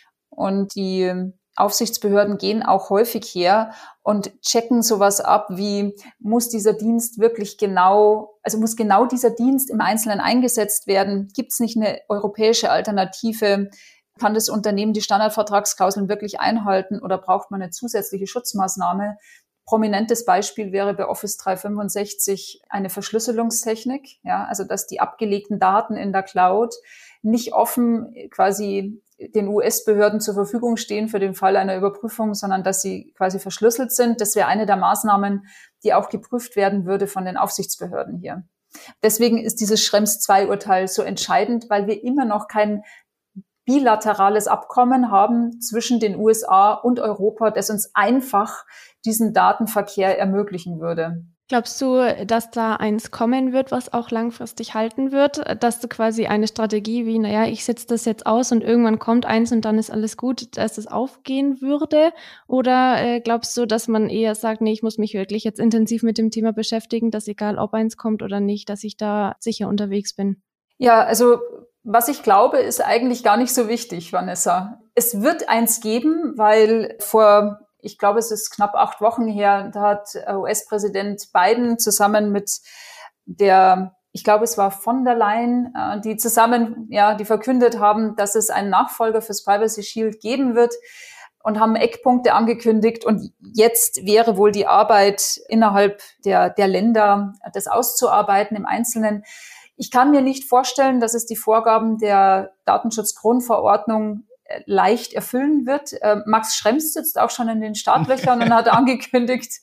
Und die Aufsichtsbehörden gehen auch häufig her und checken sowas ab, wie muss dieser Dienst wirklich genau, also muss genau dieser Dienst im Einzelnen eingesetzt werden? Gibt es nicht eine europäische Alternative? Kann das Unternehmen die Standardvertragsklauseln wirklich einhalten oder braucht man eine zusätzliche Schutzmaßnahme? Prominentes Beispiel wäre bei Office dreihundertfünfundsechzig eine Verschlüsselungstechnik, ja, also dass die abgelegten Daten in der Cloud nicht offen quasi den U S-Behörden zur Verfügung stehen für den Fall einer Überprüfung, sondern dass sie quasi verschlüsselt sind. Das wäre eine der Maßnahmen, die auch geprüft werden würde von den Aufsichtsbehörden hier. Deswegen ist dieses Schrems zwei Urteil so entscheidend, weil wir immer noch kein bilaterales Abkommen haben zwischen den U S A und Europa, das uns einfach diesen Datenverkehr ermöglichen würde. Glaubst du, dass da eins kommen wird, was auch langfristig halten wird? Dass du quasi eine Strategie wie, naja, ich setze das jetzt aus und irgendwann kommt eins und dann ist alles gut, dass es aufgehen würde? Oder äh, glaubst du, dass man eher sagt, nee, ich muss mich wirklich jetzt intensiv mit dem Thema beschäftigen, dass egal ob eins kommt oder nicht, dass ich da sicher unterwegs bin? Ja, also was ich glaube, ist eigentlich gar nicht so wichtig, Vanessa. Es wird eins geben, weil vor Ich glaube, es ist knapp acht Wochen her, da hat U S-Präsident Biden zusammen mit der, ich glaube, es war von der Leyen, die zusammen, ja, die verkündet haben, dass es einen Nachfolger fürs Privacy Shield geben wird und haben Eckpunkte angekündigt. Und jetzt wäre wohl die Arbeit innerhalb der, der Länder, das auszuarbeiten im Einzelnen. Ich kann mir nicht vorstellen, dass es die Vorgaben der Datenschutzgrundverordnung leicht erfüllen wird. Äh, Max Schrems sitzt auch schon in den Startlöchern und hat angekündigt,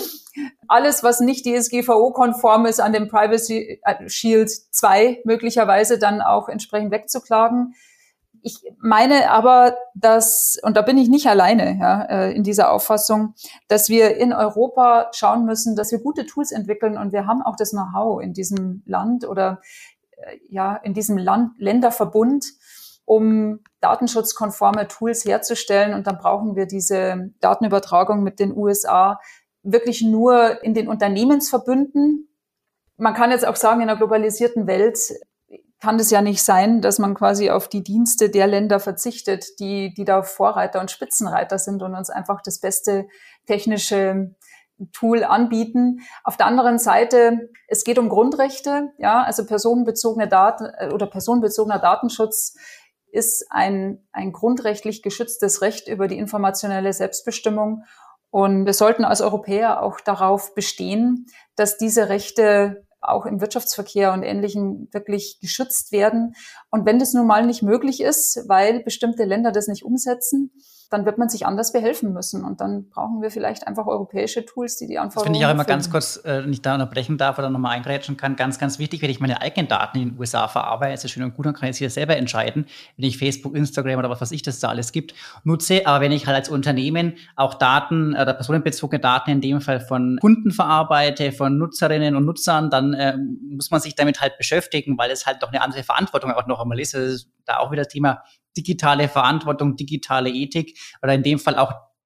alles, was nicht D S G V O-konform ist, an dem Privacy Shield zwei möglicherweise dann auch entsprechend wegzuklagen. Ich meine aber, dass, und da bin ich nicht alleine, ja, in dieser Auffassung, dass wir in Europa schauen müssen, dass wir gute Tools entwickeln, und wir haben auch das Know-how in diesem Land oder ja in diesem Land, Länderverbund, um datenschutzkonforme Tools herzustellen. Und dann brauchen wir diese Datenübertragung mit den U S A wirklich nur in den Unternehmensverbünden. Man kann jetzt auch sagen, in einer globalisierten Welt kann das ja nicht sein, dass man quasi auf die Dienste der Länder verzichtet, die, die da Vorreiter und Spitzenreiter sind und uns einfach das beste technische Tool anbieten. Auf der anderen Seite, es geht um Grundrechte, ja, also personenbezogene Daten oder personenbezogener Datenschutz ist ein, ein grundrechtlich geschütztes Recht über die informationelle Selbstbestimmung. Und wir sollten als Europäer auch darauf bestehen, dass diese Rechte auch im Wirtschaftsverkehr und Ähnlichem wirklich geschützt werden. Und wenn das nun mal nicht möglich ist, weil bestimmte Länder das nicht umsetzen, dann wird man sich anders behelfen müssen. Und dann brauchen wir vielleicht einfach europäische Tools, die die Anforderungen Das finde ich auch immer erfüllen. ganz kurz, äh, nicht da unterbrechen darf oder nochmal eingrätschen kann, ganz, ganz wichtig, wenn ich meine eigenen Daten in den U S A verarbeite, ist ja schön und gut, dann kann ich es hier selber entscheiden, wenn ich Facebook, Instagram oder was weiß ich, das da alles gibt, nutze. Aber wenn ich halt als Unternehmen auch Daten oder personenbezogene Daten in dem Fall von Kunden verarbeite, von Nutzerinnen und Nutzern, dann äh, muss man sich damit halt beschäftigen, weil es halt doch eine andere Verantwortung auch noch einmal ist. Das ist da auch wieder das Thema digitale Verantwortung, digitale Ethik oder in dem Fall auch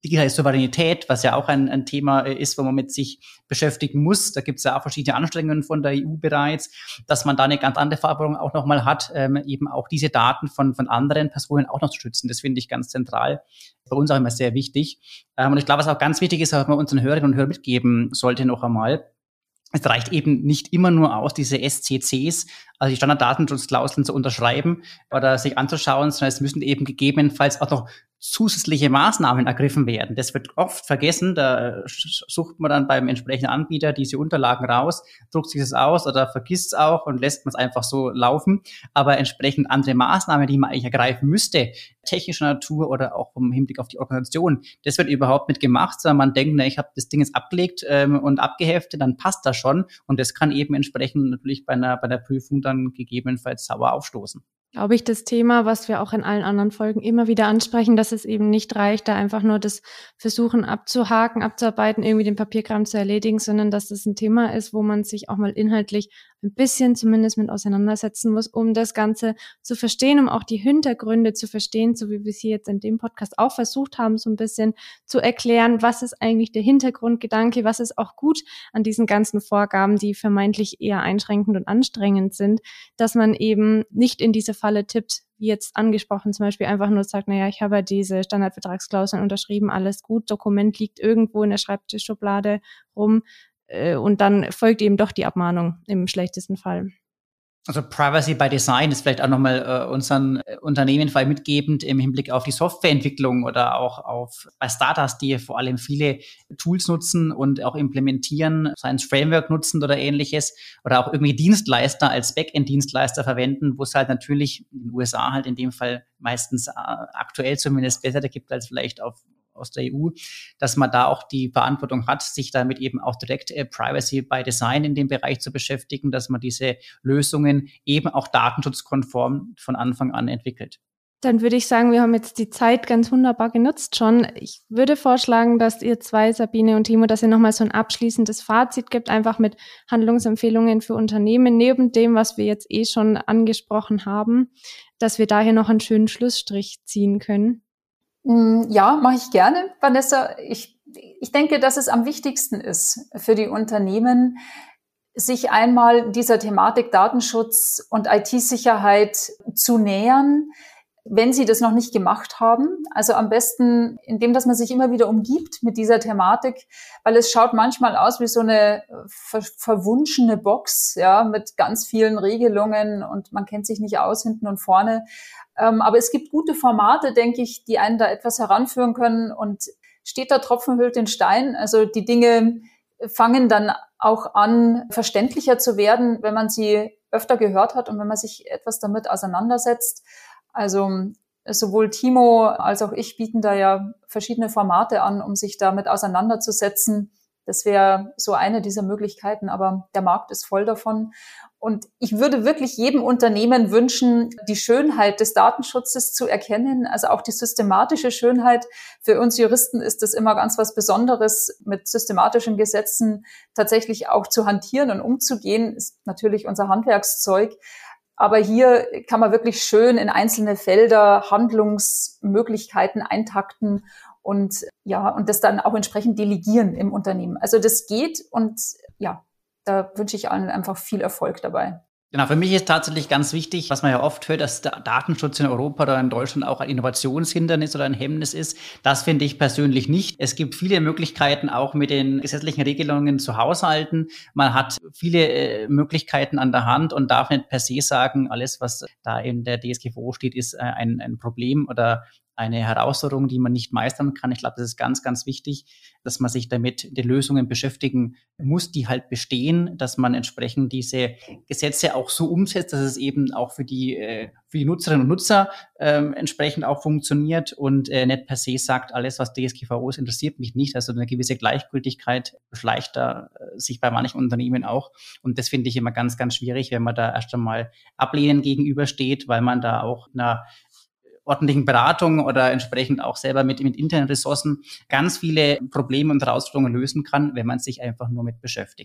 digitale Souveränität, was ja auch ein, ein Thema ist, wo man mit sich beschäftigen muss. Da gibt es ja auch verschiedene Anstrengungen von der E U bereits, dass man da eine ganz andere Verantwortung auch nochmal hat, ähm, eben auch diese Daten von, von anderen Personen auch noch zu schützen. Das finde ich ganz zentral. Bei uns auch immer sehr wichtig. Ähm, und ich glaube, was auch ganz wichtig ist, was man unseren Hörerinnen und Hörern mitgeben sollte noch einmal, es reicht eben nicht immer nur aus, diese S C Cs, also die Standarddatenschutzklauseln zu unterschreiben oder sich anzuschauen, sondern es müssen eben gegebenenfalls auch noch zusätzliche Maßnahmen ergriffen werden. Das wird oft vergessen. Da sucht man dann beim entsprechenden Anbieter diese Unterlagen raus, druckt sich das aus oder vergisst es auch und lässt man es einfach so laufen. Aber entsprechend andere Maßnahmen, die man eigentlich ergreifen müsste, technischer Natur oder auch im Hinblick auf die Organisation, das wird überhaupt nicht gemacht, sondern man denkt, na, ich habe das Ding jetzt abgelegt ähm, und abgeheftet, dann passt das schon. Und das kann eben entsprechend natürlich bei einer, bei der Prüfung dann gegebenenfalls sauer aufstoßen. Glaube ich, das Thema, was wir auch in allen anderen Folgen immer wieder ansprechen, dass es eben nicht reicht, da einfach nur das Versuchen abzuhaken, abzuarbeiten, irgendwie den Papierkram zu erledigen, sondern dass das ein Thema ist, wo man sich auch mal inhaltlich ein bisschen zumindest mit auseinandersetzen muss, um das Ganze zu verstehen, um auch die Hintergründe zu verstehen, so wie wir es hier jetzt in dem Podcast auch versucht haben, so ein bisschen zu erklären, was ist eigentlich der Hintergrundgedanke, was ist auch gut an diesen ganzen Vorgaben, die vermeintlich eher einschränkend und anstrengend sind, dass man eben nicht in diese Falle tippt, wie jetzt angesprochen, zum Beispiel einfach nur sagt, naja, ich habe ja diese Standardvertragsklauseln unterschrieben, alles gut, Dokument liegt irgendwo in der Schreibtischschublade rum äh, und dann folgt eben doch die Abmahnung im schlechtesten Fall. Also Privacy by Design ist vielleicht auch nochmal äh, unseren äh, Unternehmen vor allem mitgebend im Hinblick auf die Softwareentwicklung oder auch auf bei Startups, die vor allem viele Tools nutzen und auch implementieren, seien es Framework nutzen oder ähnliches oder auch irgendwie Dienstleister als Backend-Dienstleister verwenden, wo es halt natürlich in den U S A halt in dem Fall meistens äh, aktuell zumindest besser gibt als vielleicht auf aus der E U, dass man da auch die Verantwortung hat, sich damit eben auch direkt äh, Privacy by Design in dem Bereich zu beschäftigen, dass man diese Lösungen eben auch datenschutzkonform von Anfang an entwickelt. Dann würde ich sagen, wir haben jetzt die Zeit ganz wunderbar genutzt schon. Ich würde vorschlagen, dass ihr zwei, Sabine und Timo, dass ihr nochmal so ein abschließendes Fazit gibt, einfach mit Handlungsempfehlungen für Unternehmen, neben dem, was wir jetzt eh schon angesprochen haben, dass wir daher noch einen schönen Schlussstrich ziehen können. Ja, mache ich gerne, Vanessa. Ich, ich denke, dass es am wichtigsten ist für die Unternehmen, sich einmal dieser Thematik Datenschutz und I T-Sicherheit zu nähern, wenn sie das noch nicht gemacht haben. Also am besten, indem dass man sich immer wieder umgibt mit dieser Thematik, weil es schaut manchmal aus wie so eine ver- verwunschene Box, ja, mit ganz vielen Regelungen und man kennt sich nicht aus hinten und vorne. Ähm, aber es gibt gute Formate, denke ich, die einen da etwas heranführen können und steht der Tropfen hüllt den Stein. Also die Dinge fangen dann auch an, verständlicher zu werden, wenn man sie öfter gehört hat und wenn man sich etwas damit auseinandersetzt. Also sowohl Timo als auch ich bieten da ja verschiedene Formate an, um sich damit auseinanderzusetzen. Das wäre so eine dieser Möglichkeiten, aber der Markt ist voll davon. Und ich würde wirklich jedem Unternehmen wünschen, die Schönheit des Datenschutzes zu erkennen, also auch die systematische Schönheit. Für uns Juristen ist das immer ganz was Besonderes, mit systematischen Gesetzen tatsächlich auch zu hantieren und umzugehen, ist natürlich unser Handwerkszeug. Aber hier kann man wirklich schön in einzelne Felder Handlungsmöglichkeiten eintakten und ja, und das dann auch entsprechend delegieren im Unternehmen. Also das geht und ja, da wünsche ich allen einfach viel Erfolg dabei. Genau, für mich ist tatsächlich ganz wichtig, was man ja oft hört, dass der Datenschutz in Europa oder in Deutschland auch ein Innovationshindernis oder ein Hemmnis ist. Das finde ich persönlich nicht. Es gibt viele Möglichkeiten, auch mit den gesetzlichen Regelungen zu haushalten. Man hat viele äh, Möglichkeiten an der Hand und darf nicht per se sagen, alles, was da in der D S G V O steht, ist äh, ein, ein Problem oder eine Herausforderung, die man nicht meistern kann. Ich glaube, das ist ganz, ganz wichtig, dass man sich damit den Lösungen beschäftigen muss, die halt bestehen, dass man entsprechend diese Gesetze auch so umsetzt, dass es eben auch für die, äh, für die Nutzerinnen und Nutzer ähm, entsprechend auch funktioniert und äh, nicht per se sagt, alles, was D S G V O ist, interessiert mich nicht. Also eine gewisse Gleichgültigkeit beschleicht da äh, sich bei manchen Unternehmen auch. Und das finde ich immer ganz, ganz schwierig, wenn man da erst einmal ablehnend gegenübersteht, weil man da auch einer ordentlichen Beratung oder entsprechend auch selber mit, mit internen Ressourcen ganz viele Probleme und Herausforderungen lösen kann, wenn man sich einfach nur mit beschäftigt.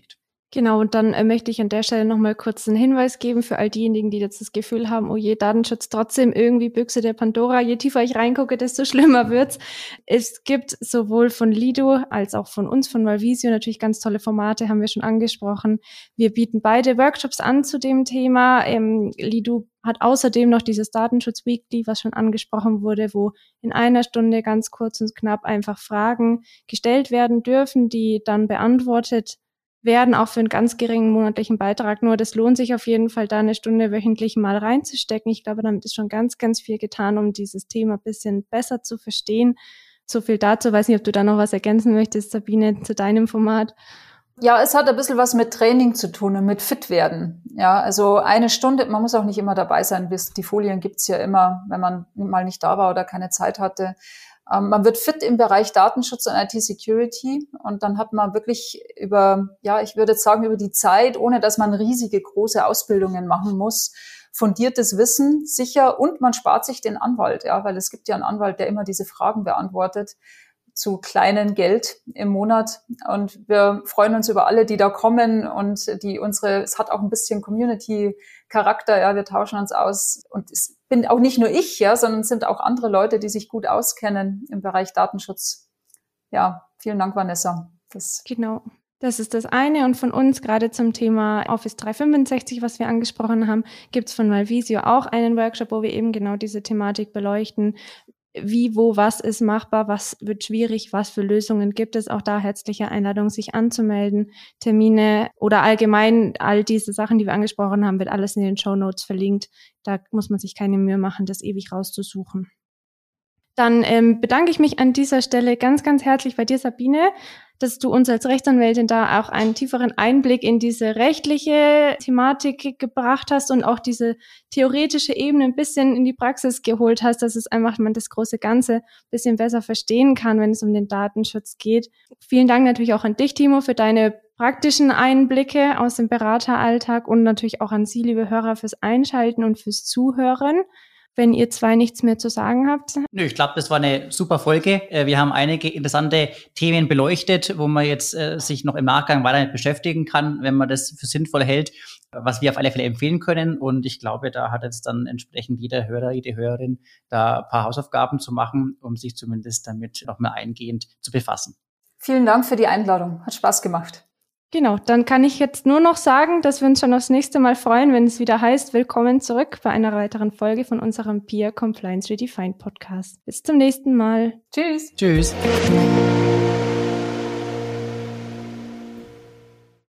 Genau, und dann äh, möchte ich an der Stelle nochmal kurz einen Hinweis geben für all diejenigen, die jetzt das Gefühl haben, oh je, Datenschutz trotzdem irgendwie Büchse der Pandora, je tiefer ich reingucke, desto schlimmer wird's. Es gibt sowohl von Lido als auch von uns, von Valvisio, natürlich ganz tolle Formate, haben wir schon angesprochen. Wir bieten beide Workshops an zu dem Thema. Ähm, Lido hat außerdem noch dieses Datenschutz Weekly, was schon angesprochen wurde, wo in einer Stunde ganz kurz und knapp einfach Fragen gestellt werden dürfen, die dann beantwortet werden, auch für einen ganz geringen monatlichen Beitrag. Nur das lohnt sich auf jeden Fall, da eine Stunde wöchentlich mal reinzustecken. Ich glaube, damit ist schon ganz, ganz viel getan, um dieses Thema ein bisschen besser zu verstehen. So viel dazu. Weiß nicht, ob du da noch was ergänzen möchtest, Sabine, zu deinem Format. Ja, es hat ein bisschen was mit Training zu tun und mit fit werden. Ja, also eine Stunde, man muss auch nicht immer dabei sein, bis die Folien gibt's ja immer, wenn man mal nicht da war oder keine Zeit hatte. Ähm, man wird fit im Bereich Datenschutz und I T-Security und dann hat man wirklich über, ja, ich würde jetzt sagen, über die Zeit, ohne dass man riesige, große Ausbildungen machen muss, fundiertes Wissen sicher und man spart sich den Anwalt, ja, weil es gibt ja einen Anwalt, der immer diese Fragen beantwortet zu kleinen Geld im Monat. Und wir freuen uns über alle, die da kommen und die unsere, es hat auch ein bisschen Community-Charakter, ja, wir tauschen uns aus. Und es bin auch nicht nur ich, ja, sondern es sind auch andere Leute, die sich gut auskennen im Bereich Datenschutz. Ja, vielen Dank, Vanessa. Das genau. Das ist das eine. Und von uns, gerade zum Thema Office dreihundertfünfundsechzig, was wir angesprochen haben, gibt es von Valvisio auch einen Workshop, wo wir eben genau diese Thematik beleuchten. Wie, wo, was ist machbar, was wird schwierig, was für Lösungen gibt es. Auch da herzliche Einladung, sich anzumelden. Termine oder allgemein all diese Sachen, die wir angesprochen haben, wird alles in den Shownotes verlinkt. Da muss man sich keine Mühe machen, das ewig rauszusuchen. Dann ähm, bedanke ich mich an dieser Stelle ganz, ganz herzlich bei dir, Sabine, dass du uns als Rechtsanwältin da auch einen tieferen Einblick in diese rechtliche Thematik gebracht hast und auch diese theoretische Ebene ein bisschen in die Praxis geholt hast, dass es einfach man das große Ganze ein bisschen besser verstehen kann, wenn es um den Datenschutz geht. Vielen Dank natürlich auch an dich, Timo, für deine praktischen Einblicke aus dem Berateralltag und natürlich auch an Sie, liebe Hörer, fürs Einschalten und fürs Zuhören. Wenn ihr zwei nichts mehr zu sagen habt. Nö, ich glaube, das war eine super Folge. Wir haben einige interessante Themen beleuchtet, wo man jetzt äh, sich noch im Nachgang weiter mit beschäftigen kann, wenn man das für sinnvoll hält, was wir auf alle Fälle empfehlen können. Und ich glaube, da hat jetzt dann entsprechend jeder Hörer, jede Hörerin da ein paar Hausaufgaben zu machen, um sich zumindest damit noch mal eingehend zu befassen. Vielen Dank für die Einladung. Hat Spaß gemacht. Genau, dann kann ich jetzt nur noch sagen, dass wir uns schon aufs nächste Mal freuen, wenn es wieder heißt, willkommen zurück bei einer weiteren Folge von unserem P I A Compliance Redefined Podcast. Bis zum nächsten Mal. Tschüss. Tschüss.